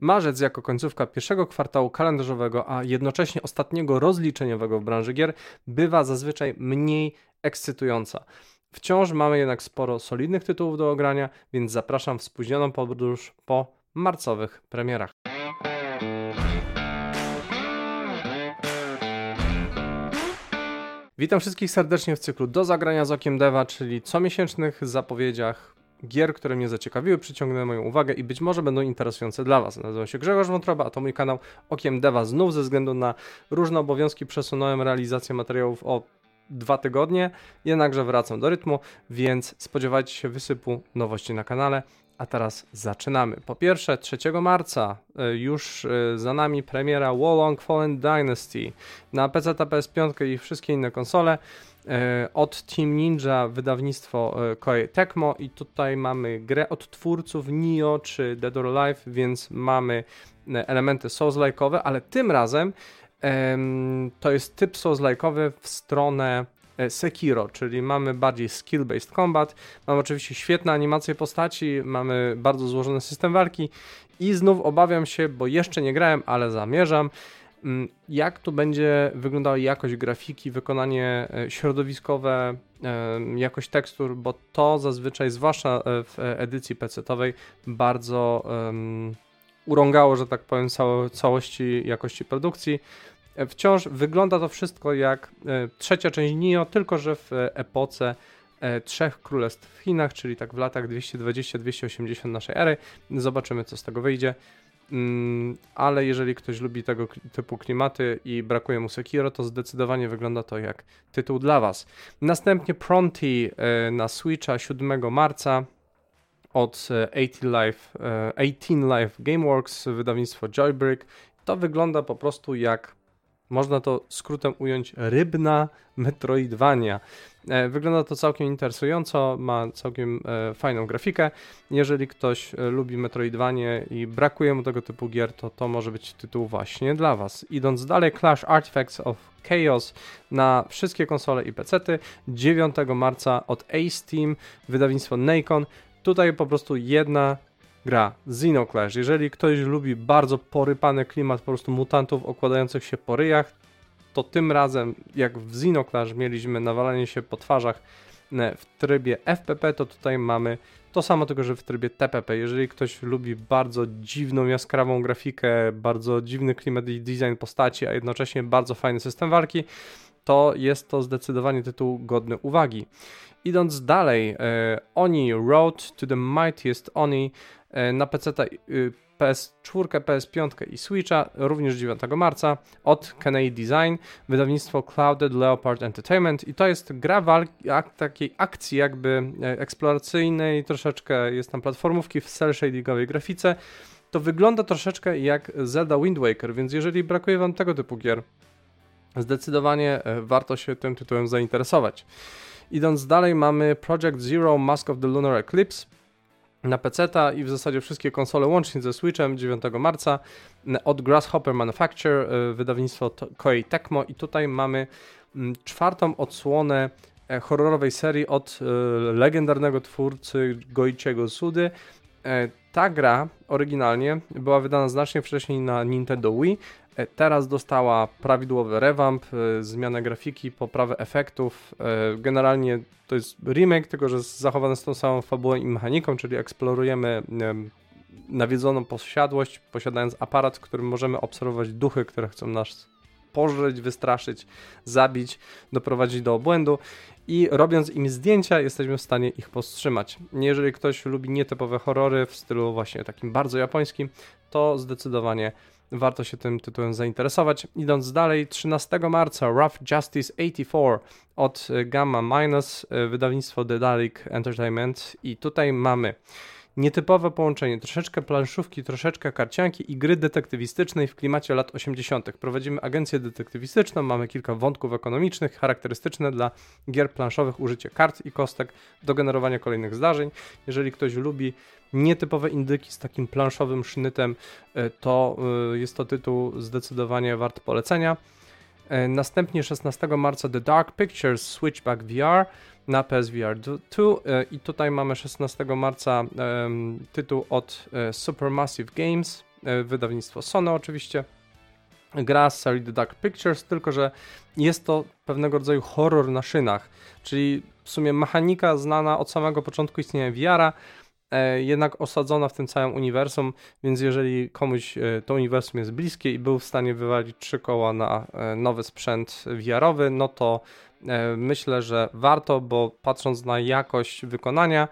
Marzec jako końcówka pierwszego kwartału kalendarzowego, a jednocześnie ostatniego rozliczeniowego w branży gier bywa zazwyczaj mniej ekscytująca. Wciąż mamy jednak sporo solidnych tytułów do ogrania, więc zapraszam w spóźnioną podróż po marcowych premierach. Witam wszystkich serdecznie w cyklu Do zagrania z okiem Deva, czyli comiesięcznych zapowiedziach gier, które mnie zaciekawiły, przyciągnęły moją uwagę i być może będą interesujące dla Was. Nazywam się Grzegorz Wątroba, a to mój kanał Okiem Deva. Znów ze względu na różne obowiązki przesunąłem realizację materiałów o 2 tygodnie, jednakże wracam do rytmu, więc spodziewajcie się wysypu nowości na kanale. A teraz zaczynamy. Po pierwsze, 3 marca już za nami premiera Wolong Fallen Dynasty na PC, PS5 i wszystkie inne konsole. Od Team Ninja wydawnictwo Koei Tecmo i tutaj mamy grę od twórców Nioh czy Dead or Alive, więc mamy elementy Souls-like'owe, ale tym razem to jest typ Souls-like'owy w stronę Sekiro, czyli mamy bardziej skill-based combat, mamy oczywiście świetne animacje postaci, mamy bardzo złożony system walki i znów obawiam się, bo jeszcze nie grałem, ale zamierzam, jak tu będzie wyglądała jakość grafiki, wykonanie środowiskowe, jakość tekstur, bo to zazwyczaj, zwłaszcza w edycji PC-towej, bardzo urągało, że tak powiem, całości jakości produkcji. Wciąż wygląda to wszystko jak trzecia część Nioh, tylko że w epoce trzech królestw w Chinach, czyli tak w latach 220-280 naszej ery. Zobaczymy, co z tego wyjdzie. Ale jeżeli ktoś lubi tego typu klimaty i brakuje mu Sekiro, to zdecydowanie wygląda to jak tytuł dla Was. Następnie Pronti na Switcha 7 marca od 18 Life Gameworks, wydawnictwo Joybrick. To wygląda po prostu jak, można to skrótem ująć, rybna Metroidvania. Wygląda to całkiem interesująco, ma całkiem fajną grafikę. Jeżeli ktoś lubi Metroidvanie i brakuje mu tego typu gier, to może być tytuł właśnie dla Was. Idąc dalej, Clash Artifacts of Chaos na wszystkie konsole i pecety. 9 marca od Ace Team, wydawnictwo Nacon. Tutaj po prostu jedna gra, Xenoclash. Jeżeli ktoś lubi bardzo porypany klimat po prostu mutantów okładających się po ryjach, to tym razem, jak w Xenoclash mieliśmy nawalanie się po twarzach w trybie FPP, to tutaj mamy to samo, tylko że w trybie TPP. Jeżeli ktoś lubi bardzo dziwną, jaskrawą grafikę, bardzo dziwny klimat i design postaci, a jednocześnie bardzo fajny system walki, to jest to zdecydowanie tytuł godny uwagi. Idąc dalej, Oni Road to the Mightiest Oni na PC, PS4, PS5 i Switcha, również 9 marca od Kenei Design, wydawnictwo Clouded Leopard Entertainment i to jest gra takiej akcji jakby eksploracyjnej, troszeczkę jest tam platformówki w cel-shadingowej grafice. To wygląda troszeczkę jak Zelda Wind Waker, więc jeżeli brakuje Wam tego typu gier, zdecydowanie warto się tym tytułem zainteresować. Idąc dalej, mamy Project Zero Mask of the Lunar Eclipse na PC-ta i w zasadzie wszystkie konsole łącznie ze Switchem 9 marca od Grasshopper Manufacture, wydawnictwo Koei Tecmo i tutaj mamy 4. odsłonę horrorowej serii od legendarnego twórcy Goichiego Sudy. Ta gra oryginalnie była wydana znacznie wcześniej na Nintendo Wii. Teraz dostała prawidłowy revamp, zmianę grafiki, poprawę efektów. Generalnie to jest remake, tylko że zachowane z tą samą fabułą i mechaniką, czyli eksplorujemy nawiedzoną posiadłość, posiadając aparat, w którym możemy obserwować duchy, które chcą nas pożreć, wystraszyć, zabić, doprowadzić do obłędu i robiąc im zdjęcia jesteśmy w stanie ich powstrzymać. Jeżeli ktoś lubi nietypowe horrory w stylu właśnie takim bardzo japońskim, to zdecydowanie warto się tym tytułem zainteresować. Idąc dalej, 13 marca Rough Justice 84 od Gamma Minus, wydawnictwo Dedalic Entertainment i tutaj mamy nietypowe połączenie, troszeczkę planszówki, troszeczkę karcianki i gry detektywistycznej w klimacie lat 80. Prowadzimy agencję detektywistyczną, mamy kilka wątków ekonomicznych, charakterystyczne dla gier planszowych, użycie kart i kostek do generowania kolejnych zdarzeń. Jeżeli ktoś lubi nietypowe indyki z takim planszowym sznytem, to jest to tytuł zdecydowanie wart polecenia. Następnie 16 marca The Dark Pictures Switchback VR na PSVR 2 i tutaj mamy 16 marca tytuł od Supermassive Games, wydawnictwo Sony oczywiście. Gra z serii The Dark Pictures, tylko że jest to pewnego rodzaju horror na szynach, czyli w sumie mechanika znana od samego początku istnienia VR-a, jednak osadzona w tym całym uniwersum, więc jeżeli komuś to uniwersum jest bliskie i był w stanie wywalić 3 koła na nowy sprzęt VR-owy, no to myślę, że warto, bo patrząc na jakość wykonania,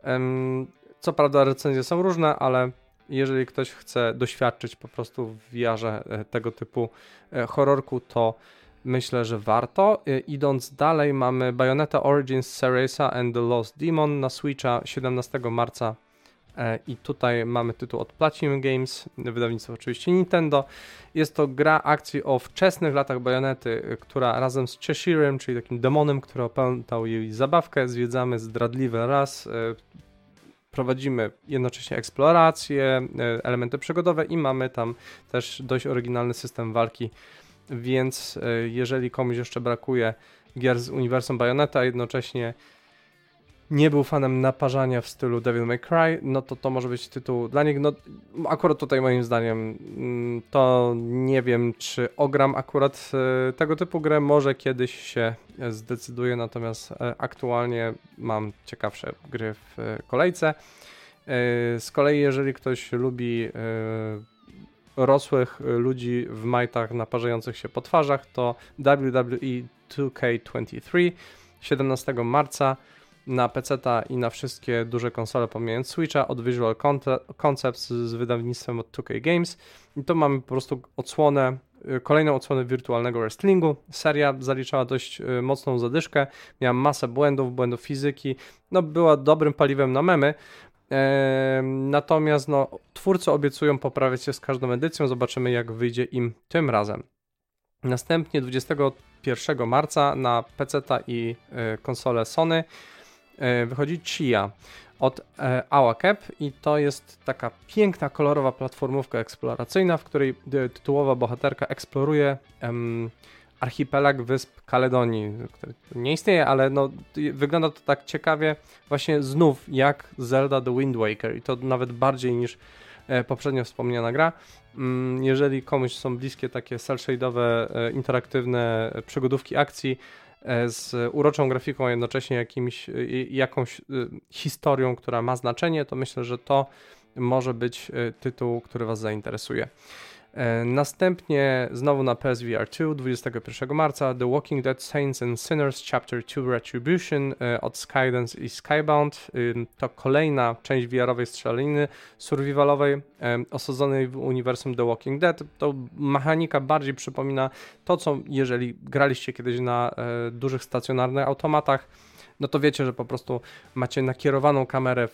co prawda recenzje są różne, ale jeżeli ktoś chce doświadczyć po prostu w VR-ze tego typu horrorku, to myślę, że warto. Idąc dalej, mamy Bayonetta Origins Cereza and the Lost Demon na Switcha 17 marca i tutaj mamy tytuł od Platinum Games, wydawnictwo oczywiście Nintendo. Jest to gra akcji o wczesnych latach Bajonety, która razem z Cheshirem, czyli takim demonem, który opętał jej zabawkę, zwiedzamy zdradliwy las, prowadzimy jednocześnie eksploracje, elementy przygodowe i mamy tam też dość oryginalny system walki, więc jeżeli komuś jeszcze brakuje gier z uniwersum Bayonetta, a jednocześnie nie był fanem naparzania w stylu Devil May Cry, no to może być tytuł dla nich. No akurat tutaj moim zdaniem to nie wiem, czy ogram akurat tego typu grę, może kiedyś się zdecyduję, natomiast aktualnie mam ciekawsze gry w kolejce. Z kolei jeżeli ktoś lubi rosłych ludzi w majtach naparzających się po twarzach, to WWE 2K23 17 marca na PC-ta i na wszystkie duże konsole pomijając Switcha od Visual Concepts z wydawnictwem od 2K Games. I to mamy po prostu kolejną odsłonę wirtualnego wrestlingu. Seria zaliczała dość mocną zadyszkę, miała masę błędów fizyki, no była dobrym paliwem na memy. Natomiast twórcy obiecują poprawiać się z każdą edycją, zobaczymy jak wyjdzie im tym razem. Następnie 21 marca na PC-ta i konsolę Sony wychodzi Chia od Awacap i to jest taka piękna, kolorowa platformówka eksploracyjna, w której tytułowa bohaterka eksploruje archipelag wysp Kaledonii, który nie istnieje, ale wygląda to tak ciekawie właśnie znów jak Zelda The Wind Waker i to nawet bardziej niż poprzednio wspomniana gra. Jeżeli komuś są bliskie takie cel-shade'owe, interaktywne przygodówki akcji z uroczą grafiką, a jednocześnie jakąś historią, która ma znaczenie, to myślę, że to może być tytuł, który Was zainteresuje. Następnie znowu na PSVR 2 21 marca The Walking Dead Saints and Sinners Chapter 2 Retribution od Skydance i Skybound. To kolejna część VR-owej strzelaniny survivalowej osadzonej w uniwersum The Walking Dead. To mechanika bardziej przypomina to, co jeżeli graliście kiedyś na dużych stacjonarnych automatach, no to wiecie, że po prostu macie nakierowaną kamerę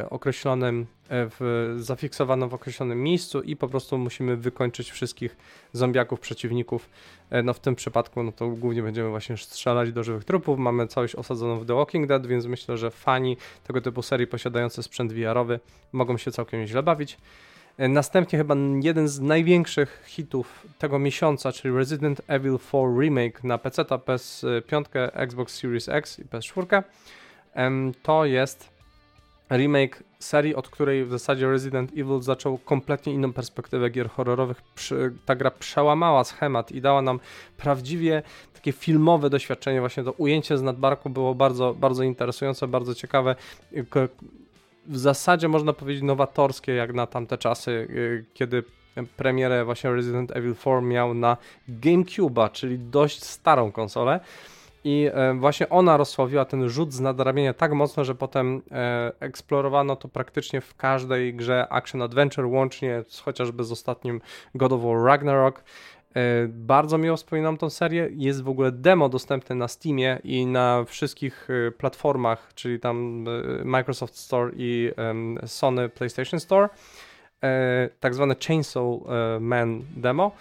zafiksowaną w określonym miejscu i po prostu musimy wykończyć wszystkich zombiaków, przeciwników. No w tym przypadku no to głównie będziemy właśnie strzelać do żywych trupów. Mamy całość osadzoną w The Walking Dead, więc myślę, że fani tego typu serii posiadający sprzęt VR-owy mogą się całkiem źle bawić. Następnie chyba jeden z największych hitów tego miesiąca, czyli Resident Evil 4 Remake na PC, PS5, Xbox Series X i PS4. To jest remake serii, od której w zasadzie Resident Evil zaczął kompletnie inną perspektywę gier horrorowych. Ta gra przełamała schemat i dała nam prawdziwie takie filmowe doświadczenie. Właśnie to ujęcie z nadbarku było bardzo, bardzo interesujące, bardzo ciekawe. W zasadzie można powiedzieć nowatorskie jak na tamte czasy, kiedy premierę właśnie Resident Evil 4 miał na GameCube'a, czyli dość starą konsolę i właśnie ona rozsławiła ten rzut z nadrabiania tak mocno, że potem eksplorowano to praktycznie w każdej grze Action Adventure, łącznie chociażby z ostatnim God of War Ragnarok. Bardzo miło wspominam tą serię. Jest w ogóle demo dostępne na Steamie i na wszystkich platformach, czyli tam Microsoft Store i Sony PlayStation Store. Tak zwane Chainsaw Man demo.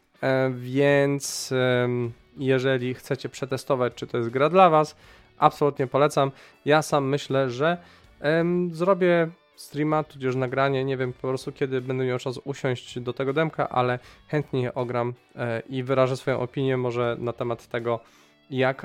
Więc jeżeli chcecie przetestować, czy to jest gra dla Was, absolutnie polecam. Ja sam myślę, że zrobię streama, tudzież nagranie, nie wiem po prostu kiedy będę miał czas usiąść do tego demka, ale chętnie je ogram i wyrażę swoją opinię może na temat tego, jak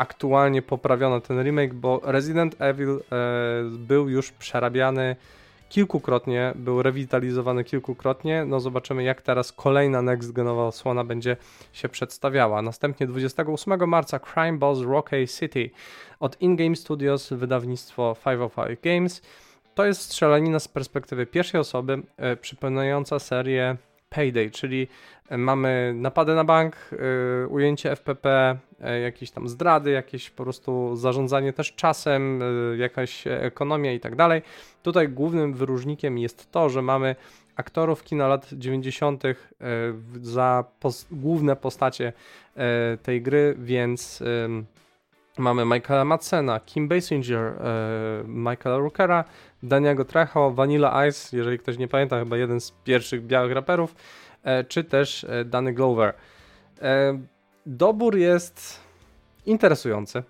aktualnie poprawiono ten remake, bo Resident Evil był już przerabiany kilkukrotnie, był rewitalizowany kilkukrotnie. No zobaczymy, jak teraz kolejna next-genowa osłona będzie się przedstawiała. Następnie 28 marca Crime Boss Rocky City od In-Game Studios, wydawnictwo 505 Games. To jest strzelanina z perspektywy pierwszej osoby, przypominająca serię Payday, czyli mamy napady na bank, ujęcie FPP, jakieś tam zdrady, jakieś po prostu zarządzanie też czasem, jakaś ekonomia i tak dalej. Tutaj głównym wyróżnikiem jest to, że mamy aktorów kina lat 90. Za główne postacie tej gry, więc mamy Michaela Madsena, Kim Basinger, Michaela Rookera, Daniego Trejo, Vanilla Ice, jeżeli ktoś nie pamięta, chyba jeden z pierwszych białych raperów, czy też Danny Glover. Dobór jest interesujący.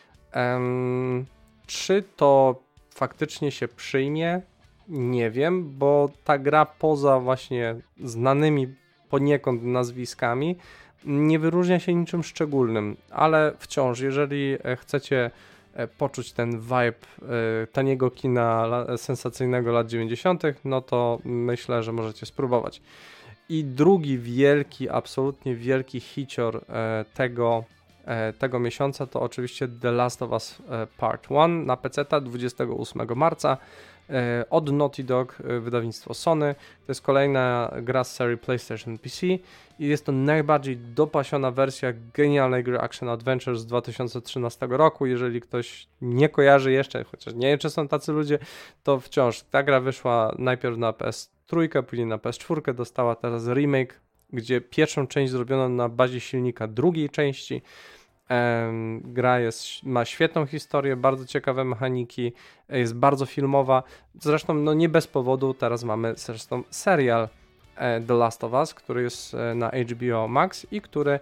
Czy to faktycznie się przyjmie? Nie wiem, bo ta gra poza właśnie znanymi poniekąd nazwiskami nie wyróżnia się niczym szczególnym, ale wciąż, jeżeli chcecie poczuć ten vibe taniego kina sensacyjnego lat 90., no to myślę, że możecie spróbować. I drugi wielki, absolutnie wielki hicior tego miesiąca to oczywiście The Last of Us Part 1 na PC-ta 28 marca od Naughty Dog, wydawnictwo Sony. To jest kolejna gra z serii PlayStation PC i jest to najbardziej dopasiona wersja genialnej gry Action Adventure z 2013 roku. Jeżeli ktoś nie kojarzy jeszcze, chociaż nie wiem, czy są tacy ludzie, to wciąż ta gra wyszła najpierw na PS3, później na PS4, dostała teraz remake, gdzie pierwszą część zrobiono na bazie silnika drugiej części. Gra ma świetną historię, bardzo ciekawe mechaniki, jest bardzo filmowa, zresztą no nie bez powodu teraz mamy zresztą serial The Last of Us, który jest na HBO Max i który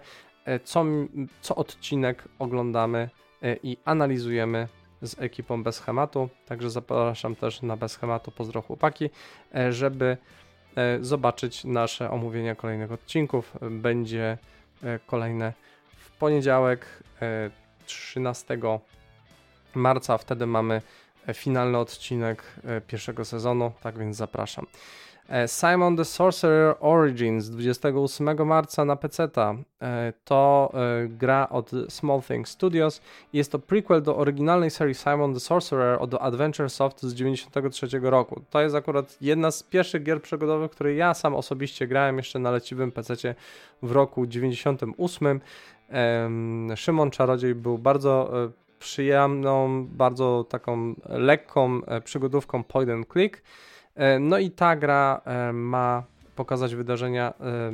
co odcinek oglądamy i analizujemy z ekipą Bez Schematu, także zapraszam też na Bez Schematu, pozdro chłopaki, żeby zobaczyć nasze omówienia kolejnych odcinków. Będzie kolejne w poniedziałek 13 marca, wtedy mamy finalny odcinek pierwszego sezonu, tak więc zapraszam. Simon the Sorcerer Origins 28 marca na PC-ta. To gra od Small Thing Studios. Jest to prequel do oryginalnej serii Simon the Sorcerer od Adventure Soft z 1993 roku. To jest akurat jedna z pierwszych gier przygodowych, które ja sam osobiście grałem jeszcze na leciwym PC-cie w roku 98. Szymon Czarodziej był bardzo przyjemną, bardzo taką lekką przygodówką point and click. No i ta gra ma pokazać wydarzenia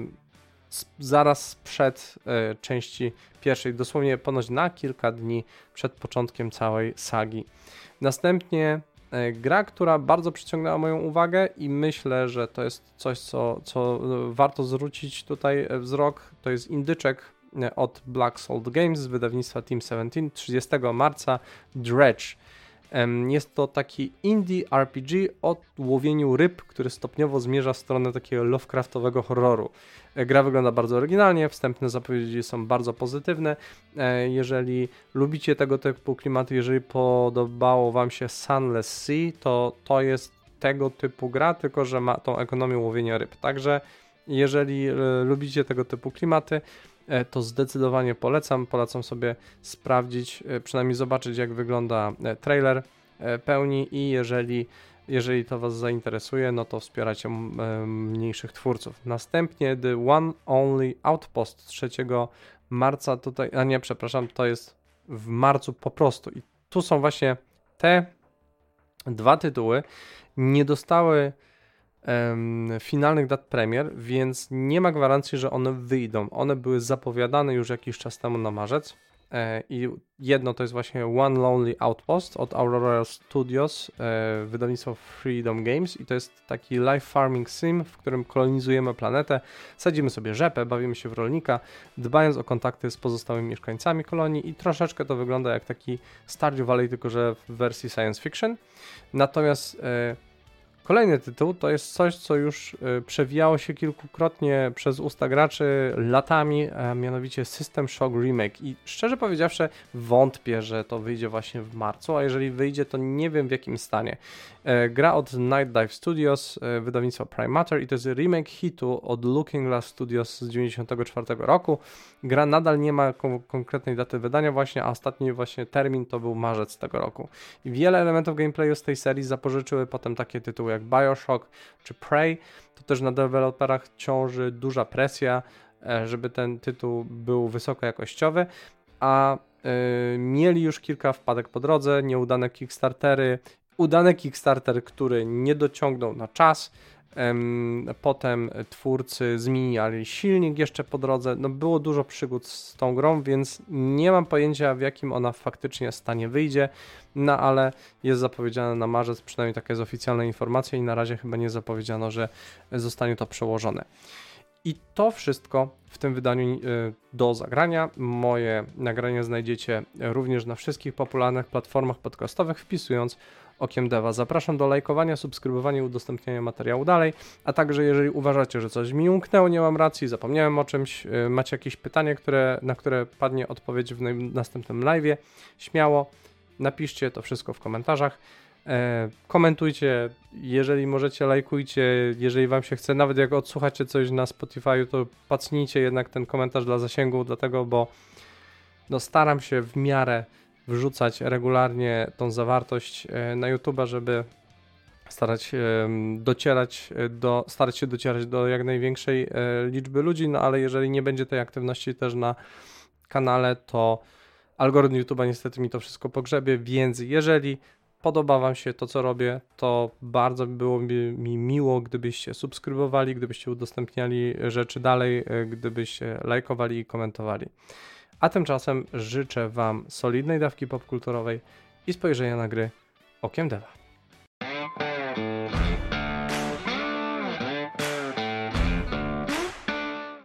zaraz przed części pierwszej, dosłownie ponoć na kilka dni przed początkiem całej sagi. Następnie gra, która bardzo przyciągnęła moją uwagę i myślę, że to jest coś, co warto zwrócić tutaj wzrok, to jest indyczek od Black Salt Games z wydawnictwa Team 17, 30 marca, Dredge. Jest to taki indie RPG o łowieniu ryb, który stopniowo zmierza w stronę takiego Lovecraftowego horroru. Gra wygląda bardzo oryginalnie, wstępne zapowiedzi są bardzo pozytywne. Jeżeli lubicie tego typu klimaty, jeżeli podobało Wam się Sunless Sea, to jest tego typu gra, tylko że ma tą ekonomię łowienia ryb. Także jeżeli lubicie tego typu klimaty, to zdecydowanie polecam sobie sprawdzić, przynajmniej zobaczyć, jak wygląda trailer pełni i jeżeli to Was zainteresuje, no to wspieracie mniejszych twórców. Następnie The One Only Outpost 3 marca tutaj, to jest w marcu po prostu i tu są właśnie te dwa tytuły, nie dostały finalnych dat premier, więc nie ma gwarancji, że one wyjdą. One były zapowiadane już jakiś czas temu na marzec i jedno to jest właśnie One Lonely Outpost od Aurora Studios, wydawnictwo Freedom Games i to jest taki live farming sim, w którym kolonizujemy planetę, sadzimy sobie rzepę, bawimy się w rolnika, dbając o kontakty z pozostałymi mieszkańcami kolonii i troszeczkę to wygląda jak taki Stardew Valley, tylko że w wersji science fiction. Natomiast Kolejny tytuł to jest coś, co już przewijało się kilkukrotnie przez usta graczy latami, a mianowicie System Shock Remake i szczerze powiedziawszy wątpię, że to wyjdzie właśnie w marcu, a jeżeli wyjdzie, to nie wiem w jakim stanie. Gra od Night Dive Studios, wydawnictwo Prime Matter i to jest remake hitu od Looking Glass Studios z 1994 roku. Gra nadal nie ma konkretnej daty wydania właśnie, a ostatni właśnie termin to był marzec tego roku. I wiele elementów gameplayu z tej serii zapożyczyły potem takie tytuły jak BioShock czy Prey. To też na deweloperach ciąży duża presja, żeby ten tytuł był wysokojakościowy, a mieli już kilka wpadek po drodze, nieudane Kickstartery, udany Kickstarter, który nie dociągnął na czas, potem twórcy zmieniali silnik jeszcze po drodze, no było dużo przygód z tą grą, więc nie mam pojęcia w jakim ona faktycznie stanie wyjdzie, no ale jest zapowiedziane na marzec, przynajmniej taka jest oficjalna informacja i na razie chyba nie zapowiedziano, że zostanie to przełożone. I to wszystko w tym wydaniu do zagrania. Moje nagrania znajdziecie również na wszystkich popularnych platformach podcastowych, wpisując Okiem Deva. Zapraszam do lajkowania, subskrybowania i udostępniania materiału dalej, a także jeżeli uważacie, że coś mi umknęło, nie mam racji, zapomniałem o czymś, macie jakieś pytanie, na które padnie odpowiedź w następnym live'ie, śmiało napiszcie to wszystko w komentarzach. Komentujcie, jeżeli możecie, lajkujcie, jeżeli wam się chce, nawet jak odsłuchacie coś na Spotify, to pacnijcie jednak ten komentarz dla zasięgu, dlatego, bo no staram się w miarę wrzucać regularnie tą zawartość na YouTube'a, żeby starać się docierać do jak największej liczby ludzi, no ale jeżeli nie będzie tej aktywności też na kanale, to algorytm YouTube'a niestety mi to wszystko pogrzebie, więc jeżeli podoba wam się to, co robię, to bardzo byłoby mi miło, gdybyście subskrybowali, gdybyście udostępniali rzeczy dalej, gdybyście lajkowali i komentowali. A tymczasem życzę wam solidnej dawki popkulturowej i spojrzenia na gry Okiem Deva.